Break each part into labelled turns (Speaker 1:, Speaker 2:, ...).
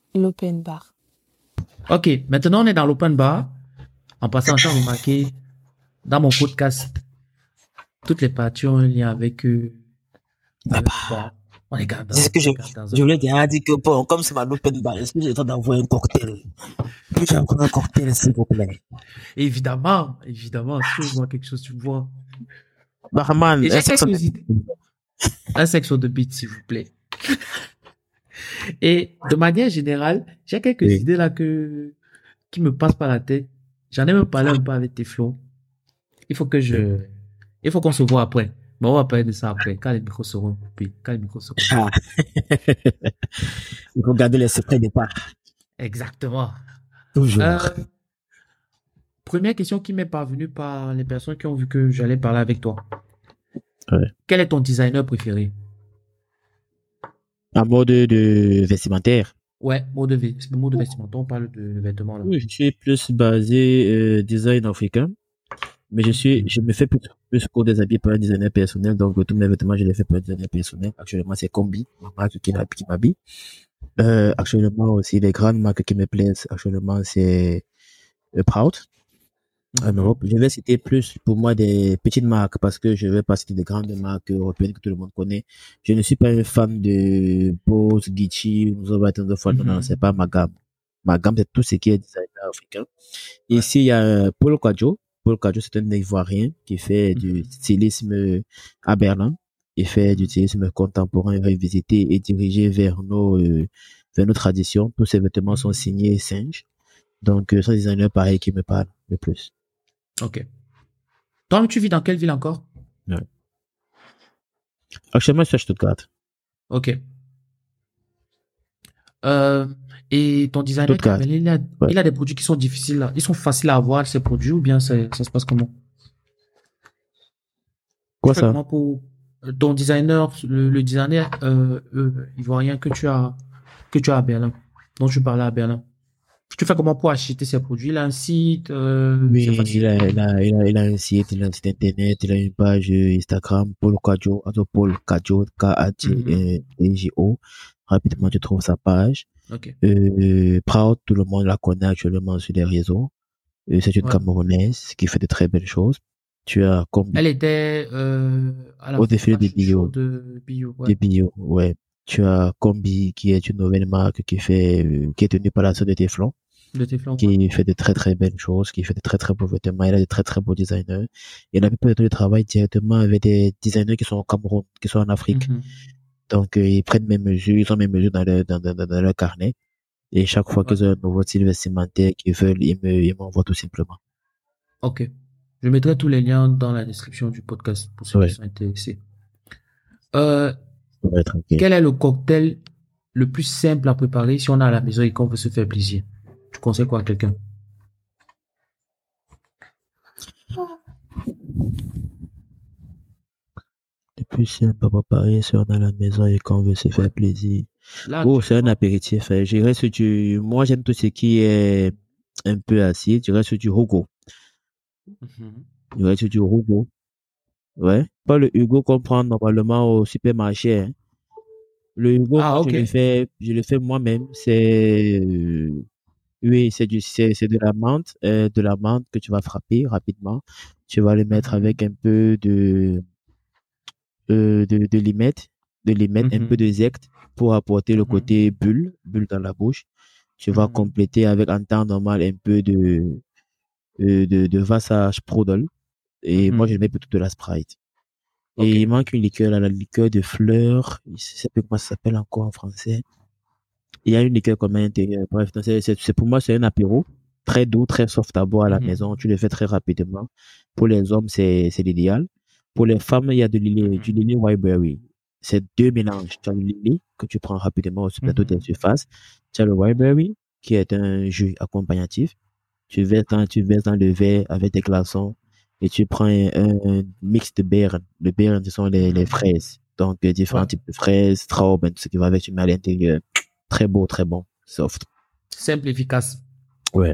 Speaker 1: L'open bar.
Speaker 2: Ok, maintenant on est dans l'open bar. En passant, j'ai remarqué dans mon podcast, toutes les parties ont un lien avec
Speaker 3: Mais
Speaker 2: le bar. On regarde
Speaker 3: c'est ce que
Speaker 2: dans
Speaker 3: je
Speaker 2: un...
Speaker 3: voulais déjà dire que bon, comme c'est ma open bar, est-ce que j'ai le temps d'envoyer un cocktail? Puis-je encore un cocktail, s'il vous plaît?
Speaker 2: Évidemment, si tu vois quelque chose, tu vois.
Speaker 3: Barman,
Speaker 2: Et j'ai quelques idées. Un section de beat, s'il vous plaît. Et de manière générale, j'ai quelques idées là qui me passent par la tête. J'en ai même parlé un peu avec Teflon. Il faut qu'on se voit après. Mais on va parler de ça après, quand les micros seront coupés,
Speaker 3: Ah. Il faut garder les secrets des parts.
Speaker 2: Exactement.
Speaker 3: Toujours.
Speaker 2: Première question qui m'est parvenue par les personnes qui ont vu que j'allais parler avec toi.
Speaker 3: Ouais.
Speaker 2: Quel est ton designer préféré?
Speaker 3: En mode de vestimentaire.
Speaker 2: Ouais, mode vestimentaire. On parle de vêtements là.
Speaker 3: Oui, je suis plus basé design africain, mais je me fais plus pour des habits par un designer personnel, donc tous mes vêtements je les fais par un designer personnel. Actuellement c'est Combi, ma marque qui m'habille. Actuellement aussi les grandes marques qui me plaisent. Actuellement c'est Proud. En Europe, je vais citer plus pour moi des petites marques parce que je vais pas citer des grandes marques européennes que tout le monde connaît. Je ne suis pas un fan de Bose, Gucci, non, c'est pas ma gamme. Ma gamme, c'est tout ce qui est designer africain. Ici, il y a Paul Kadjo. Paul Kadjo, c'est un Ivoirien qui fait du stylisme à Berlin. Il fait du stylisme contemporain, revisité et dirigé vers nos traditions. Tous ses vêtements sont signés Singe. Donc, c'est un designer pareil qui me parle le plus.
Speaker 2: Ok. Toi, tu vis dans quelle ville encore?
Speaker 3: Ouais. Actuellement, je suis à Stuttgart.
Speaker 2: Ok. Et ton designer, il a des produits qui sont difficiles là. Ils sont faciles à avoir, ces produits, ou bien ça se passe comment?
Speaker 3: Quoi ça?
Speaker 2: Comment pour ton designer, le designer ivoirien que tu as à Berlin, dont tu parlais à Berlin. Tu fais comment pour acheter ces produits? Il a un site,
Speaker 3: Oui,
Speaker 2: c'est facile.
Speaker 3: il a un site internet, il a une page Instagram, Paul Kadjo, Paul Kadjo, Kadjo. Rapidement, tu trouves sa page.
Speaker 2: Ok.
Speaker 3: Proud, tout le monde la connaît actuellement sur les réseaux. C'est une Camerounaise qui fait de très belles choses. Tu as Combi.
Speaker 2: Elle était
Speaker 3: au défilé des bio.
Speaker 2: Des
Speaker 3: bio, ouais. Tu as Combi qui est une nouvelle marque qui est tenue par la sœur de Teflon. Qui fait de très très belles choses, qui fait de très très beaux vêtements. Il a de très très beaux designers. Il a plupart de travail directement avec des designers qui sont au Cameroun, qui sont en Afrique. Donc ils prennent mes mesures, ils ont mes mesures dans leur carnet. Et chaque fois qu'ils ont un nouveau style vestimentaire qu'ils veulent, ils m'envoient tout simplement.
Speaker 2: Ok. Je mettrai tous les liens dans la description du podcast pour ceux qui sont intéressés. Quel est le cocktail le plus simple à préparer si on est à la maison et qu'on veut se faire plaisir? Tu conseilles quoi à quelqu'un?
Speaker 3: Le plus simple à préparer si on est à la maison et qu'on veut se faire plaisir. C'est un apéritif. Moi, j'aime tout ce qui est un peu acide. Je reste sur du Hugo. Je reste sur du Hugo. Ouais. Pas le Hugo qu'on prend normalement au supermarché. Hein. Le Hugo, je le fais moi-même. Oui, c'est de la menthe, que tu vas frapper rapidement. Tu vas le mettre avec un peu de limette, un peu de zeste pour apporter le côté bulle dans la bouche. Tu vas compléter avec en temps normal un peu de Vassage Prodol. Et moi, je mets plutôt de la Sprite. Et il manque une liqueur, la liqueur de fleurs. Je sais pas comment ça s'appelle encore en français. Il y a une liqueur comme à l'intérieur. Bref, c'est pour moi, c'est un apéro. Très doux, très soft à boire à la maison. Tu le fais très rapidement. Pour les hommes, c'est l'idéal. Pour les femmes, il y a du Lily Whiteberry. C'est deux mélanges. Tu as le Lily que tu prends rapidement au plateau des surfaces. Tu as le Whiteberry qui est un jus accompagnatif. Tu verses dans le verre avec des glaçons et tu prends un mix de Beeren. Le Beeren, ce sont les fraises. Donc, différents types de fraises, Trauben, tout ce qui va avec, tu mets à l'intérieur. Très beau, très bon, soft.
Speaker 2: Simple, efficace.
Speaker 3: Ouais.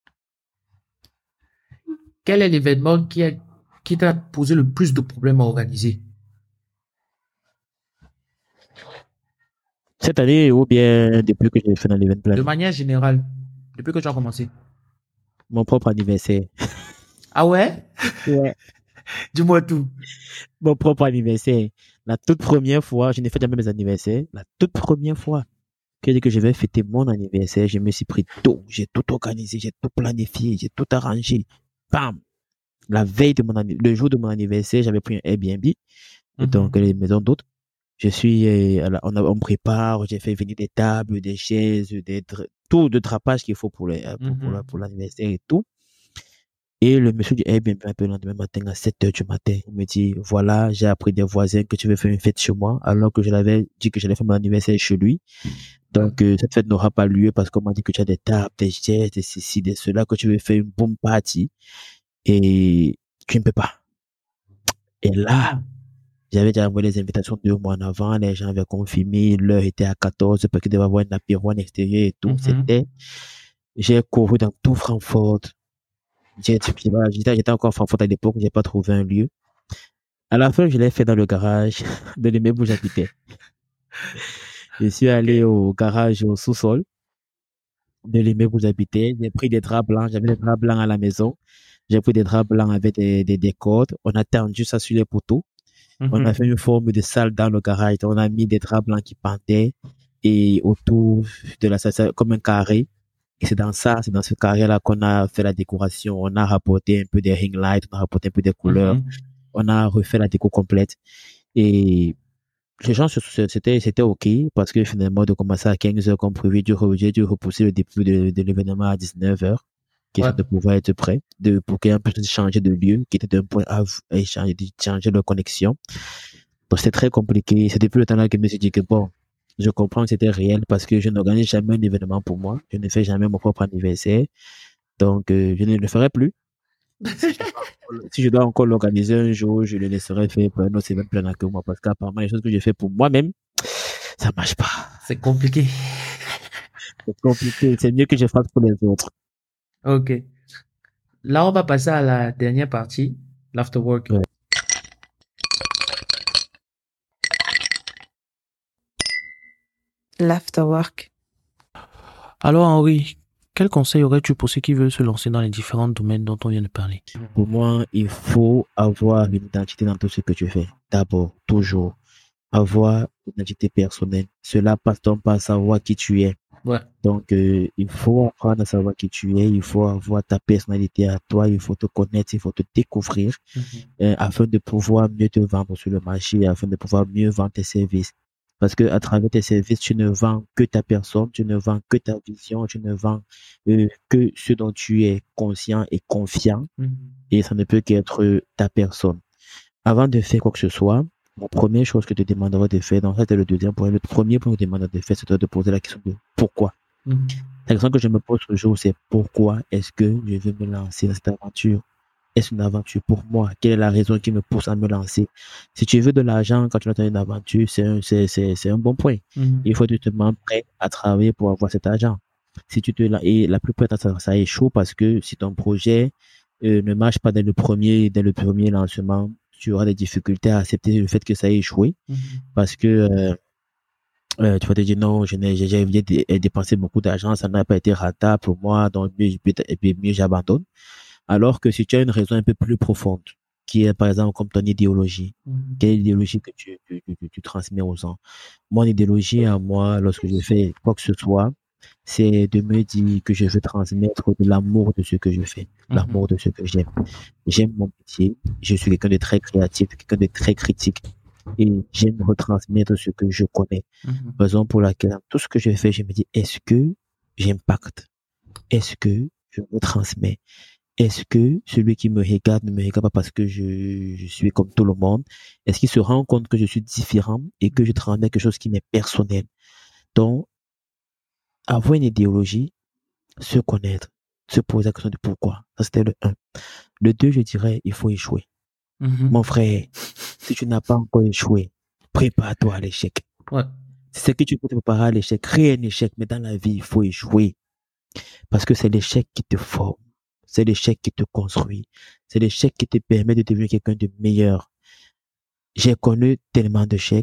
Speaker 2: Quel est l'événement qui t'a posé le plus de problèmes à organiser?
Speaker 3: Cette année ou bien depuis que j'ai fait dans l'event
Speaker 2: De
Speaker 3: planning?
Speaker 2: manière générale, depuis que tu as commencé.
Speaker 3: Mon propre anniversaire.
Speaker 2: Ah ouais?
Speaker 3: Ouais.
Speaker 2: Dis-moi tout.
Speaker 3: Mon propre anniversaire. La toute première fois, je n'ai fait jamais mes anniversaires. La toute première fois que j'ai dit que je vais fêter mon anniversaire, je me suis pris tôt. J'ai tout organisé, j'ai tout planifié, j'ai tout arrangé. Bam! La veille de le jour de mon anniversaire, j'avais pris un Airbnb, donc les maisons d'hôtes. Je suis, on prépare, j'ai fait venir des tables, des chaises, tout le drapage qu'il faut pour l'anniversaire et tout. Et le monsieur du Airbnb m'appelle le lendemain matin à 7 heures du matin. Il me dit, voilà, j'ai appris des voisins que tu veux faire une fête chez moi, alors que je l'avais dit que j'allais faire mon anniversaire chez lui. Donc, cette fête n'aura pas lieu parce qu'on m'a dit que tu as des tables, des chaises, des ceci, des cela, que tu veux faire une boom party. Et tu ne peux pas. Et là, j'avais déjà envoyé les invitations 2 mois en avant, les gens avaient confirmé, l'heure était à 14 parce qu'il devait y avoir un apéro en extérieur et tout. J'ai couru dans tout Francfort. J'étais encore à Francfort à l'époque, j'ai pas trouvé un lieu. À la fin, je l'ai fait dans le garage de l'immeuble où j'habitais. Je suis allé au garage, au sous-sol de l'immeuble où j'habitais. J'ai pris des draps blancs, j'avais des draps blancs à la maison. J'ai pris des draps blancs avec des cordes. On a tendu ça sur les poteaux. On a fait une forme de salle dans le garage. On a mis des draps blancs qui pendaient et autour de la salle, comme un carré. Et c'est dans ce carré-là qu'on a fait la décoration. On a rapporté un peu des ring lights, on a rapporté un peu des couleurs. On a refait la déco complète. Et les gens, c'était OK parce que finalement, de commencer à 15 heures comme prévu, j'ai dû repousser le début de l'événement à 19 heures, question de pouvoir être prêt, pour qu'il y ait un peu de changer de lieu, qui était d'un point A et changer de connexion. Donc, c'était très compliqué. C'est depuis le temps là que je me suis dit que bon, je comprends que c'était réel parce que je n'organise jamais un événement pour moi. Je ne fais jamais mon propre anniversaire. Donc, je ne le ferai plus. Si je dois encore l'organiser un jour, je le laisserai faire pour un autre événement plein que moi parce qu'apparemment, les choses que je fais pour moi-même, ça marche pas.
Speaker 2: C'est compliqué.
Speaker 3: C'est compliqué. C'est mieux que je fasse pour les autres.
Speaker 2: Ok. Là, on va passer à la dernière partie, l'afterwork.
Speaker 3: Ouais.
Speaker 1: L'afterwork.
Speaker 2: Alors, Henri, quel conseil aurais-tu pour ceux qui veulent se lancer dans les différents domaines dont on vient de parler?
Speaker 3: Pour moi, il faut avoir une identité dans tout ce que tu fais. D'abord, toujours, avoir une identité personnelle. Cela passe donc par savoir qui tu es.
Speaker 2: Ouais.
Speaker 3: Donc, il faut apprendre à savoir qui tu es, il faut avoir ta personnalité à toi, il faut te connaître, il faut te découvrir afin de pouvoir mieux te vendre sur le marché, afin de pouvoir mieux vendre tes services. Parce que à travers tes services, tu ne vends que ta personne, tu ne vends que ta vision, tu ne vends que ce dont tu es conscient et confiant, et ça ne peut qu'être ta personne. Avant de faire quoi que ce soit, la première chose que je te demanderai de faire, donc ça c'est le deuxième point, le premier point que je te demanderai de faire, c'est de poser la question de pourquoi. La question que je me pose toujours, c'est pourquoi est-ce que je veux me lancer dans cette aventure? Est-ce une aventure pour moi? Quelle est la raison qui me pousse à me lancer? Si tu veux de l'argent quand tu vas dans une aventure, c'est un bon point. Il faut être justement prêt à travailler pour avoir cet argent. Et la plupart du temps, ça échoue parce que si ton projet ne marche pas dès le premier lancement, tu auras des difficultés à accepter le fait que ça ait échoué parce que tu vas te dire non, j'ai dépensé beaucoup d'argent, ça n'a pas été rentable pour moi, donc mieux j'abandonne. Alors que si tu as une raison un peu plus profonde, qui est par exemple comme ton idéologie, quelle idéologie que tu transmets aux gens? Mon idéologie à moi, lorsque je fais quoi que ce soit, c'est de me dire que je veux transmettre de l'amour de ce que je fais, l'amour de ce que j'aime. J'aime mon métier, je suis quelqu'un de très créatif, quelqu'un de très critique et j'aime retransmettre ce que je connais. Raison pour laquelle tout ce que je fais, je me dis, est-ce que j'impacte? Est-ce que je retransmets? Est-ce que celui qui me regarde ne me regarde pas parce que je suis comme tout le monde? Est-ce qu'il se rend compte que je suis différent et que je transmets quelque chose qui m'est personnel? Donc, avoir une idéologie, se connaître, se poser la question de pourquoi. Ça, c'était le 1. Le 2, je dirais, il faut échouer. Mon frère, si tu n'as pas encore échoué, prépare-toi à l'échec.
Speaker 2: Ouais.
Speaker 3: Si c'est que tu peux te préparer à l'échec, crée un échec, mais dans la vie, il faut échouer. Parce que c'est l'échec qui te forme. C'est l'échec qui te construit. C'est l'échec qui te permet de devenir quelqu'un de meilleur. J'ai connu tellement d'échecs.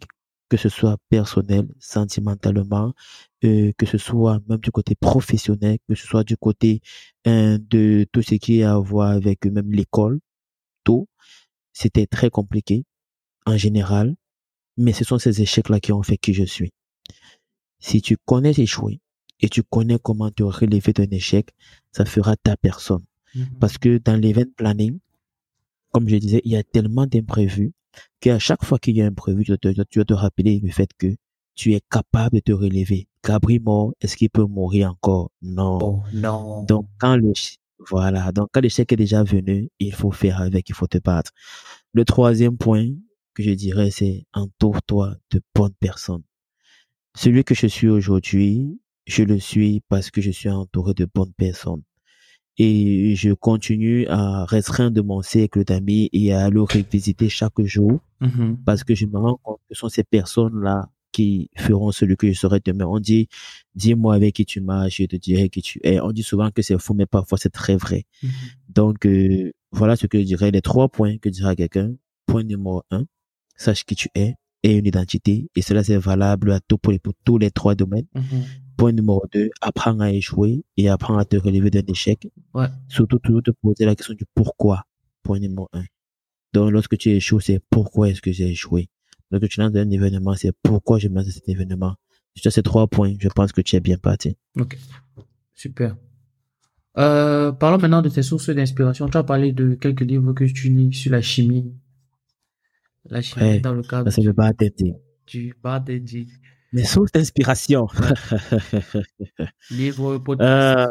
Speaker 3: que ce soit personnel, sentimentalement, que ce soit même du côté professionnel, que ce soit du côté de tout ce qui a à voir avec même l'école, tout, c'était très compliqué en général, mais ce sont ces échecs-là qui ont fait qui je suis. Si tu connais échouer et tu connais comment te relever d'un échec, ça fera ta personne. Parce que dans l'event planning, comme je disais, il y a tellement d'imprévus qu'à chaque fois qu'il y a un imprévu, tu dois te rappeler le fait que tu es capable de te relever. Gabri mort, est-ce qu'il peut mourir encore? Non.
Speaker 2: Oh, non.
Speaker 3: Donc, donc quand l'échec est déjà venu, il faut faire avec, il faut te battre. Le troisième point que je dirais, c'est entoure-toi de bonnes personnes. Celui que je suis aujourd'hui, je le suis parce que je suis entouré de bonnes personnes. Et je continue à restreindre mon cercle d'amis et à le revisiter chaque jour parce que je me rends compte que ce sont ces personnes-là qui feront celui que je serai demain. On dit, dis-moi avec qui tu marches, je te dirai qui tu es. On dit souvent que c'est faux, mais parfois c'est très vrai. Donc, voilà ce que je dirais, les 3 points que dirait quelqu'un. Point numéro 1, sache qui tu es et une identité. Et cela, c'est valable à tout pour tous les 3 domaines. Point numéro 2, apprends à échouer et apprends à te relever d'un échec.
Speaker 2: Ouais.
Speaker 3: Surtout, toujours te poser la question du pourquoi. Point numéro 1. Donc, lorsque tu échoues, c'est pourquoi est-ce que j'ai échoué. Lorsque tu lances un événement, c'est pourquoi je me lance dans cet événement. Sur ces 3 points, je pense que tu es bien parti.
Speaker 2: Ok. Super. Parlons maintenant de tes sources d'inspiration. Tu as parlé de quelques livres que tu lis sur la chimie. La chimie dans le cadre
Speaker 3: ça me bat
Speaker 2: du bartending.
Speaker 3: Mes sources d'inspiration.
Speaker 2: Livre, podcast.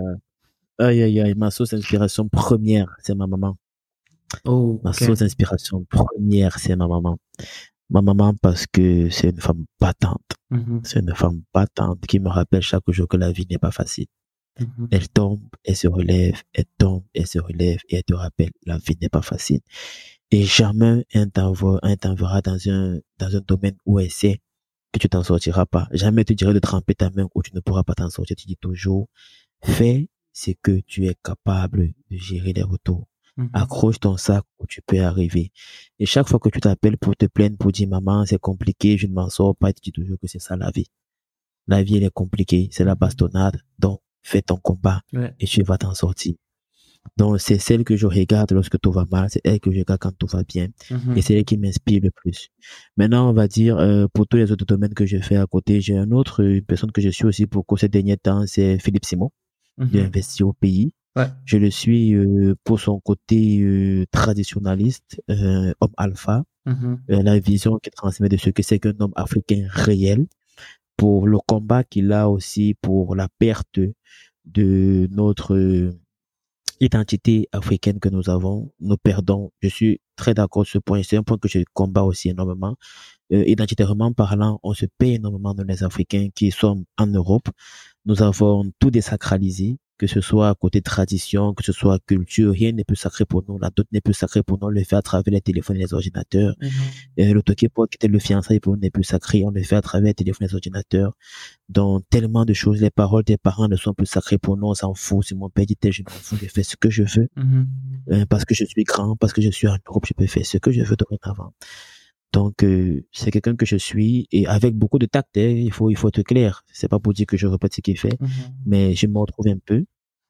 Speaker 3: Ma source d'inspiration première, c'est ma maman.
Speaker 2: Oh,
Speaker 3: ma source d'inspiration première, c'est ma maman. Ma maman parce que c'est une femme battante. C'est une femme battante qui me rappelle chaque jour que la vie n'est pas facile. Elle tombe, elle se relève, elle tombe, elle se relève et elle te rappelle, la vie n'est pas facile. Et jamais un t'enverra dans un domaine où elle sait que tu t'en sortiras pas. Jamais te dirait de tremper ta main où tu ne pourras pas t'en sortir. Tu dis toujours, fais ce que tu es capable de gérer les retours. Accroche ton sac où tu peux arriver. Et chaque fois que tu t'appelles pour te plaindre, pour dire, maman, c'est compliqué, je ne m'en sors pas, tu dis toujours que c'est ça la vie. La vie, elle est compliquée, c'est la bastonnade. Donc, fais ton combat et tu vas t'en sortir. Donc, c'est celle que je regarde lorsque tout va mal, c'est elle que je regarde quand tout va bien. Et c'est elle qui m'inspire le plus. Maintenant, on va dire, pour tous les autres domaines que je fais à côté, j'ai une personne que je suis aussi pour ces derniers temps, c'est Philippe Simon, de Investir au pays. Je le suis pour son côté traditionnaliste, homme alpha, la vision qu'il transmet de ce que c'est qu'un homme africain réel, pour le combat qu'il a aussi pour la perte de notre identité africaine que nous avons, nous perdons. Je suis très d'accord sur ce point. C'est un point que je combats aussi énormément. Identitairement parlant, on se paie énormément dans les Africains qui sont en Europe. Nous avons tout désacralisé, que ce soit côté tradition, que ce soit culture, rien n'est plus sacré pour nous. La dot n'est plus sacrée pour nous. On le fait à travers les téléphones et les ordinateurs. Le toquet-poids qui était le fiançailles pour nous n'est plus sacré. On le fait à travers les téléphones et les ordinateurs. Donc, tellement de choses. Les paroles des parents ne sont plus sacrées pour nous. On s'en fout. Si mon père dit je m'en fous, je fais ce que je veux. Parce que je suis grand, parce que je suis en Europe, je peux faire ce que je veux dorénavant. Donc, c'est quelqu'un que je suis et avec beaucoup de tact, hein, il faut être clair. C'est pas pour dire que je répète ce qu'il fait, mais je me retrouve un peu.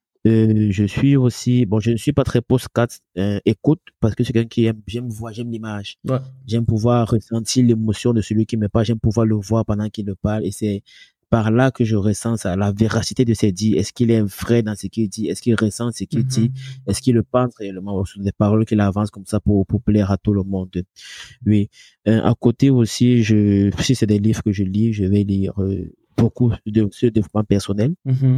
Speaker 3: Je suis aussi, je ne suis pas très post-cast, écoute, parce que c'est quelqu'un qui j'aime voir, j'aime l'image. J'aime pouvoir ressentir l'émotion de celui qui me parle, j'aime pouvoir le voir pendant qu'il me parle et c'est par là que je ressens ça, la véracité de ses dits. Est-ce qu'il est vrai dans ce qu'il dit? Est-ce qu'il ressent ce qu'il dit? Est-ce qu'il le pense réellement? Ce sont des paroles qu'il avance comme ça pour plaire à tout le monde. Oui. À côté aussi, si c'est des livres que je lis, je vais lire beaucoup de ce développement personnel.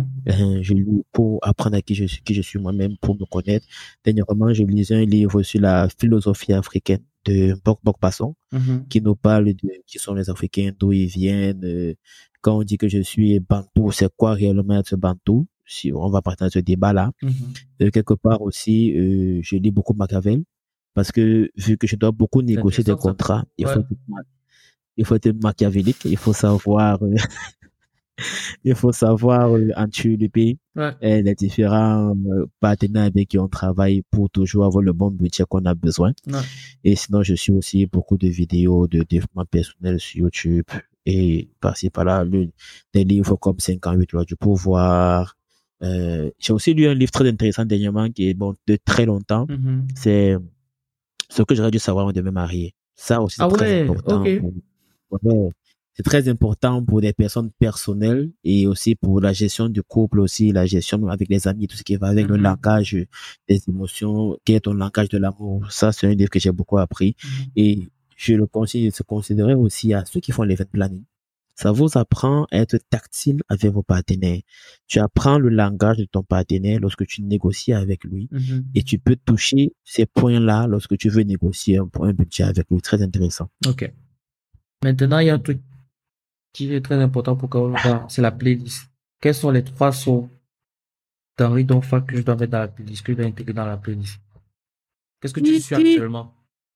Speaker 3: Je lis pour apprendre à qui je suis moi-même, pour me connaître. Dernièrement, je lisais un livre sur la philosophie africaine de Bok Passon, qui nous parle de qui sont les Africains, d'où ils viennent. Quand on dit que je suis bantou, c'est quoi réellement être bantou? Si on va partir dans ce débat-là. Quelque part aussi, je lis beaucoup Machiavel, parce que vu que je dois beaucoup négocier des contrats, il faut être machiavélique, il faut savoir Il faut savoir anticiper
Speaker 2: Ouais.
Speaker 3: les différents partenaires avec qui on travaille pour toujours avoir le bon budget qu'on a besoin.
Speaker 2: Ouais.
Speaker 3: Et sinon, je suis aussi beaucoup de vidéos de développement personnel sur YouTube et par-ci par-là, des livres comme 58 lois du pouvoir. J'ai aussi lu un livre très intéressant dernièrement qui est bon de très longtemps.
Speaker 2: Mhm.
Speaker 3: C'est ce que j'aurais dû savoir de me marier. Ça aussi, c'est
Speaker 2: Ah
Speaker 3: très
Speaker 2: ouais,
Speaker 3: important.
Speaker 2: ok.
Speaker 3: Ouais, c'est très important pour des personnes personnelles et aussi pour la gestion du couple aussi, la gestion avec les amis, tout ce qui va avec le
Speaker 2: Mhm.
Speaker 3: langage des émotions, quel est ton langage de l'amour. Ça, c'est un livre que j'ai beaucoup appris
Speaker 2: Mhm.
Speaker 3: et je le conseille de se considérer aussi à ceux qui font l'event planning. Ça vous apprend à être tactile avec vos partenaires. Tu apprends le langage de ton partenaire lorsque tu négocies avec lui
Speaker 2: Mhm.
Speaker 3: et tu peux toucher ces points-là lorsque tu veux négocier un budget avec lui. Très intéressant.
Speaker 2: Ok. Maintenant, il y a un truc qui est très important pour Kaolova, c'est la playlist. Quels sont les 3 sons d'Henri Donfa que je dois mettre dans la playlist, que je dois intégrer dans la playlist? Qu'est-ce que tu suis actuellement?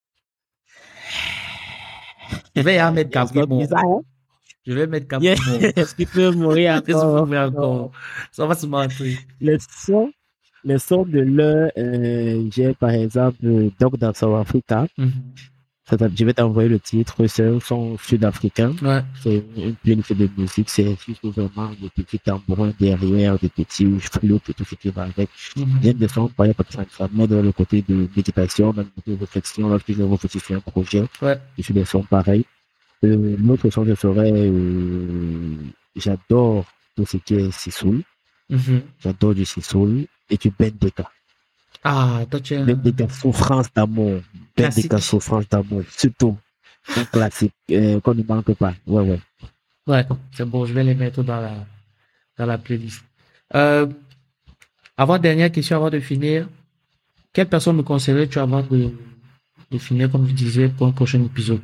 Speaker 2: Je vais y mettre
Speaker 3: C'est
Speaker 2: Caprimo.
Speaker 3: bizarre, hein?
Speaker 2: Je vais mettre
Speaker 3: Yeah.
Speaker 2: Caprimo.
Speaker 3: Est-ce qu'il peut mourir
Speaker 2: Qu'est-ce que je peux
Speaker 3: encore?
Speaker 2: faire
Speaker 3: Non.
Speaker 2: encore? Ça va se mentir.
Speaker 3: Les sons, les sons de l'heure, j'ai par exemple Dog dans South Africa.
Speaker 2: Mhm.
Speaker 3: Je vais t'envoyer le titre, c'est un son sud-africain.
Speaker 2: Ouais.
Speaker 3: C'est une playlist de musique, c'est juste vraiment des petits tambourins derrière, des petits flûtes et tout ce qui va avec.
Speaker 2: Mhm.
Speaker 3: J'aime des sons pareils parce que ça m'aide dans le côté de méditation, dans le côté de réflexion, lorsque je réfléchis sur un projet,
Speaker 2: Ouais.
Speaker 3: je suis des sons pareils. L'autre son, je ferais, j'adore tout ce qui est Sissoul.
Speaker 2: Mhm.
Speaker 3: J'adore du Sissoul et du Bendeka.
Speaker 2: Ah, toi, tu es un
Speaker 3: Bendeka, souffrance d'amour. Bendeka,
Speaker 2: classique.
Speaker 3: souffrance d'amour. Surtout, un classique qu'on ne manque pas. Ouais, ouais.
Speaker 2: Ouais, c'est bon, je vais les mettre dans la playlist. Avant-dernière question, avant de finir. Quelle personne me conseillerais-tu avant de finir, comme je disais, pour un prochain épisode?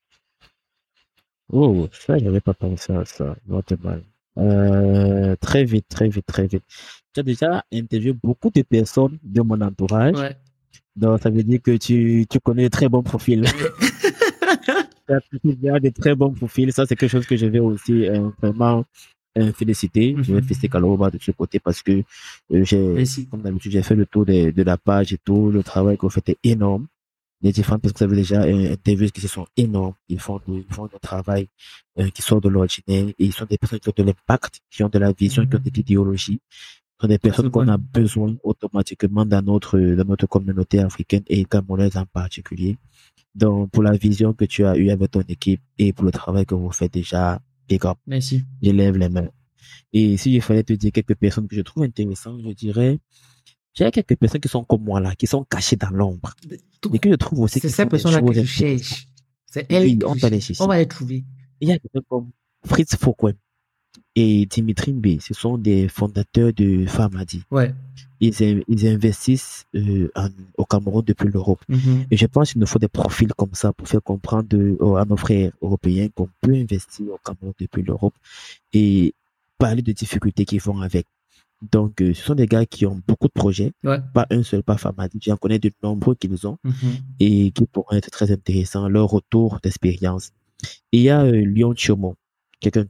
Speaker 3: Oh, ça, j'avais pas pensé à ça. Not mal. Très vite, très vite, très vite. J'ai déjà interviewé beaucoup de personnes de mon entourage.
Speaker 2: Ouais.
Speaker 3: Donc, ça veut dire que tu connais de très bons profils. Tu as de très bons profils. Ça, c'est quelque chose que je vais aussi vraiment féliciter. Je vais féliciter Kaloba de ce côté parce que comme d'habitude, j'ai fait le tour de la page et tout. Le travail qu'on fait est énorme. Les différentes personnes que vous avez déjà interviewées qui sont énormes. Ils font un travail qui sort de l'ordinaire et ils sont des personnes qui ont de l'impact, qui ont de la vision, qui ont de l'idéologie. Ce sont des personnes qu'on a besoin automatiquement dans notre communauté africaine et camerounaise en particulier. Donc, pour la vision que tu as eue avec ton équipe et pour le travail que vous faites déjà, big up.
Speaker 2: Merci.
Speaker 3: Je lève les mains. Et si il fallait te dire quelques personnes que je trouve intéressantes, je dirais, j'ai quelques personnes qui sont comme moi là, qui sont cachées dans l'ombre. Et que je trouve aussi
Speaker 2: c'est ces personnes-là que je cherche. C'est elles
Speaker 3: oui, on va
Speaker 2: les trouver.
Speaker 3: Il y a quelqu'un comme Fritz Foucault et Dimitri Mbe, ce sont des fondateurs de Famadi.
Speaker 2: Ouais.
Speaker 3: Ils investissent au Cameroun depuis l'Europe. Et je pense qu'il nous faut des profils comme ça pour faire comprendre à nos frères européens qu'on peut investir au Cameroun depuis l'Europe et parler de difficultés qui vont avec. Donc, ce sont des gars qui ont beaucoup de projets, pas un seul, pas Famadi. J'en connais de nombreux qu'ils ont et qui pourraient être très intéressants, leur retour d'expérience. Et il y a Lyon Chomo, quelqu'un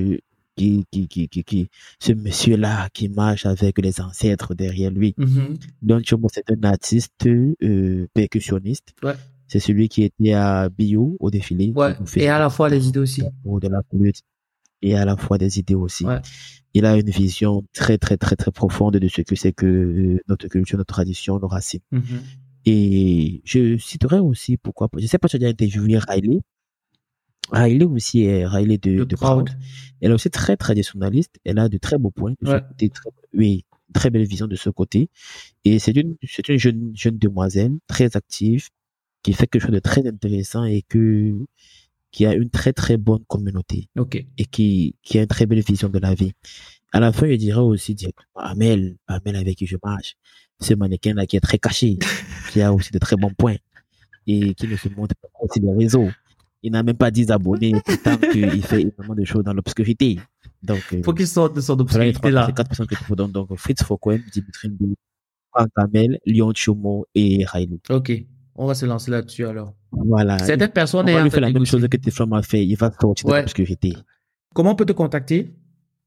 Speaker 3: ce monsieur-là qui marche avec les ancêtres derrière lui. Lyon Chomo, c'est un artiste percussionniste.
Speaker 2: Ouais.
Speaker 3: C'est celui qui était à Bio au défilé.
Speaker 2: Ouais. Et à la fois les idées aussi.
Speaker 3: De la flûte. Et à la fois des idées aussi.
Speaker 2: Ouais.
Speaker 3: Il a une vision très, très, très, très profonde de ce que c'est que notre culture, notre tradition, nos racines. Et je citerai aussi, pourquoi pas, je sais pas si tu as déjà interviewé Riley. Riley aussi est Riley de Proud. Elle est aussi très traditionnaliste. Elle a de très beaux points. De ce côté, très belle vision de ce côté. Et c'est une jeune demoiselle très active qui fait quelque chose de très intéressant et qui a une très très bonne communauté. Et qui a une très belle vision de la vie. À la fin, je dirais aussi directement Amel avec qui je marche. Ce mannequin-là qui est très caché, qui a aussi de très bons points et qui ne se montre pas sur les réseaux. Il n'a même pas 10 abonnés, pourtant qu'il fait énormément de choses dans l'obscurité. Donc,
Speaker 2: faut qu'il sorte de son obscurité là.
Speaker 3: C'est 4 personnes que tu donnes. Donc, Fritz Foucault, Dimitri Mbe, Franck Amel, Lyon Chomo et Railou.
Speaker 2: Ok. On va se lancer là-dessus alors.
Speaker 3: Voilà.
Speaker 2: Certaines personnes
Speaker 3: on va lui faire la même chose que Tiflam a fait. Il va sortir de l'obscurité.
Speaker 2: Comment on peut te contacter?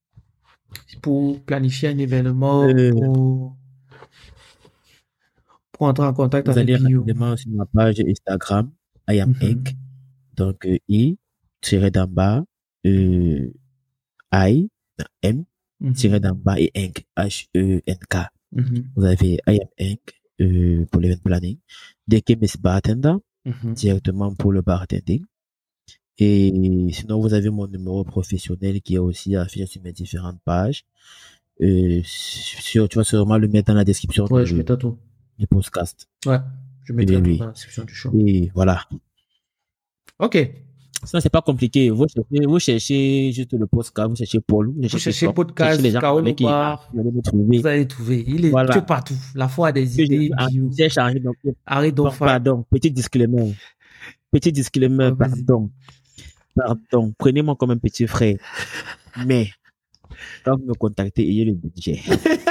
Speaker 2: pour planifier un événement, pour entrer en contact
Speaker 3: Vous
Speaker 2: avec
Speaker 3: allez
Speaker 2: Bio.
Speaker 3: rapidement sur ma page Instagram, I am Inc. Donc, I-d'en-bas, I, M, -d'en-bas et Inc, H-E-N-K. Vous avez I am Inc pour l'event planning. DK Bartender, directement pour le bartending. Et sinon, vous avez mon numéro professionnel qui est aussi affiché sur mes différentes pages. Tu vas sûrement le mettre dans la description
Speaker 2: je mets tout.
Speaker 3: du podcast.
Speaker 2: Ouais, je mettrai tout dans la description du show.
Speaker 3: Et voilà.
Speaker 2: Ok.
Speaker 3: Ça, c'est pas compliqué. Vous cherchez juste le podcast, vous cherchez Paul,
Speaker 2: vous cherchez podcast, Kaolo Bar, vous allez trouver. Il est partout. La foi des idées.
Speaker 3: Arrête donc. Pardon, petit disclaimer. Pardon. Prenez-moi comme un petit frère. Mais, quand vous me contactez, ayez le budget.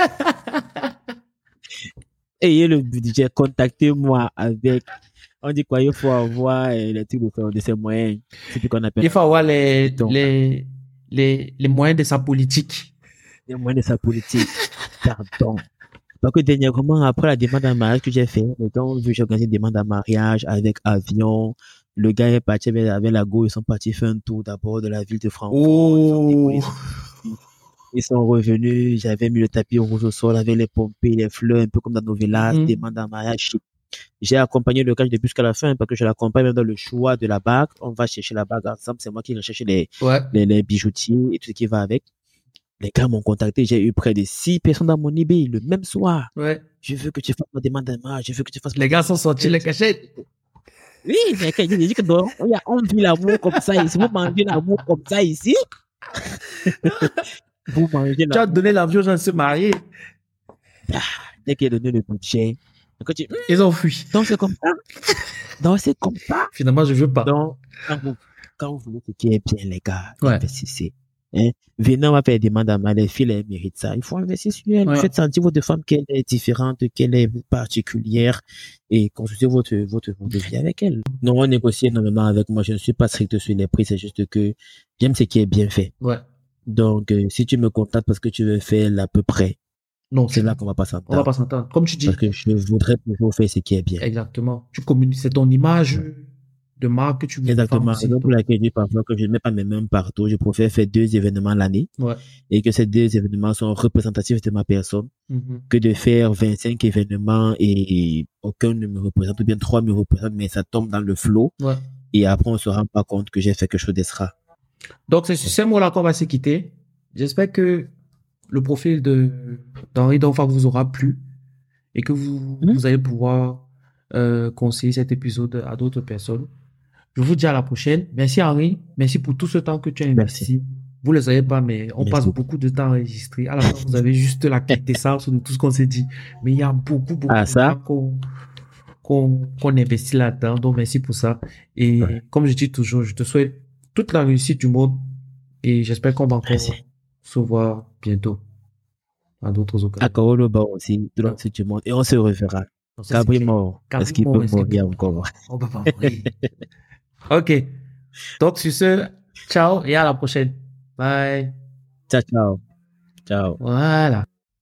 Speaker 3: Contactez-moi avec, on dit quoi, il faut avoir les trucs de ses moyens. C'est ce qu'on appelle.
Speaker 2: Il faut avoir les moyens de sa politique.
Speaker 3: Les moyens de sa politique. Pardon. Parce que dernièrement, après la demande en mariage que j'ai fait, quand j'ai organisé une demande en mariage avec avion, le gars est parti avec la go, ils sont partis faire un tour d'abord de la ville de Francfort. Ils sont revenus, j'avais mis le tapis rouge au sol avec les pompées, les fleurs, un peu comme dans nos villages, demande en mariage. J'ai accompagné le gars depuis jusqu'à la fin parce que je l'accompagne même dans le choix de la bague. On va chercher la bague ensemble, c'est moi qui vais chercher les bijoutiers et tout ce qui va avec. Les gars m'ont contacté, j'ai eu près de 6 personnes dans mon eBay le même soir.
Speaker 2: Ouais.
Speaker 3: Je veux que tu fasses ma demande en mariage, je veux que tu fasses.
Speaker 2: Les gars sont sortis les cachettes.
Speaker 3: Oui, mais quand j'ai dit que non, on vit l'amour comme ça ici, vous mangez l'amour comme ça ici. Vous mangez l'amour.
Speaker 2: Tu as donné l'avion, j'en suis marié.
Speaker 3: Dès qu'il a donné le budget,
Speaker 2: ils ont fui.
Speaker 3: Donc c'est comme ça.
Speaker 2: Finalement, je veux pas.
Speaker 3: Donc, quand vous voulez ce qui est bien, les gars, investissez. Venez, on va faire des demandes à mal, les filles, elles méritent ça. Il faut investir sur elles. Faites sentir votre femme qu'elle est différente, qu'elle est particulière et construisez votre vie avec elle. Non, on négocie énormément avec moi. Je ne suis pas strict sur les prix. C'est juste que j'aime ce qui est bien fait.
Speaker 2: Ouais.
Speaker 3: Donc, si tu me contactes parce que tu veux faire à peu près,
Speaker 2: non,
Speaker 3: c'est là qu'on va pas s'entendre.
Speaker 2: On va pas s'entendre. Comme tu dis.
Speaker 3: Parce que je voudrais toujours faire ce qui est bien.
Speaker 2: Exactement. Tu communiques, c'est ton image de marque que tu veux.
Speaker 3: Exactement. C'est donc pour laquelle je dis parfois que je ne mets pas mes mains partout. Je préfère faire 2 événements l'année.
Speaker 2: Ouais.
Speaker 3: Et que ces 2 événements sont représentatifs de ma personne. Que de faire 25 événements et aucun ne me représente, ou bien 3 me représentent, mais ça tombe dans le flot.
Speaker 2: Ouais.
Speaker 3: Et après, on se rend pas compte que j'ai fait quelque chose d'extra.
Speaker 2: Donc, c'est sur ces mots-là qu'on va se quitter. J'espère que le profil d'Henri Donfac vous aura plu et que vous allez pouvoir conseiller cet épisode à d'autres personnes. Je vous dis à la prochaine. Merci Henri. Merci pour tout ce temps que tu as investi. Vous ne le savez pas, mais on passe beaucoup de temps à enregistrer. À la fin, vous avez juste la quintessence de tout ce qu'on s'est dit. Mais il y a beaucoup de temps qu'on investit là-dedans. Donc, merci pour ça. Et comme je dis toujours, je te souhaite toute la réussite du monde. Et j'espère qu'on va encore se voir bientôt à d'autres occasions.
Speaker 3: À Kaolo Bar aussi, tout le monde du monde. Et on se reverra. Cabri mort. Est-ce qu'il peut mourir encore?
Speaker 2: On peut pas mourir. Ok. Donc, sur ce, ciao et à la prochaine. Bye.
Speaker 3: Ciao.
Speaker 2: Voilà.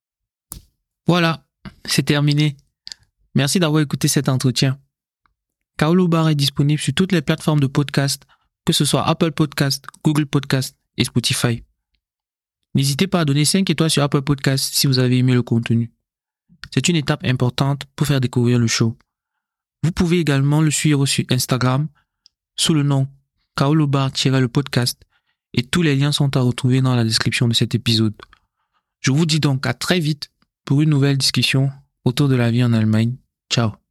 Speaker 2: Voilà. C'est terminé. Merci d'avoir écouté cet entretien. Kaolo Bar est disponible sur toutes les plateformes de podcast, que ce soit Apple Podcast, Google Podcast et Spotify. N'hésitez pas à donner 5 étoiles sur Apple Podcast si vous avez aimé le contenu. C'est une étape importante pour faire découvrir le show. Vous pouvez également le suivre sur Instagram sous le nom Kaolo Bar-le podcast et tous les liens sont à retrouver dans la description de cet épisode. Je vous dis donc à très vite pour une nouvelle discussion autour de la vie en Allemagne. Ciao.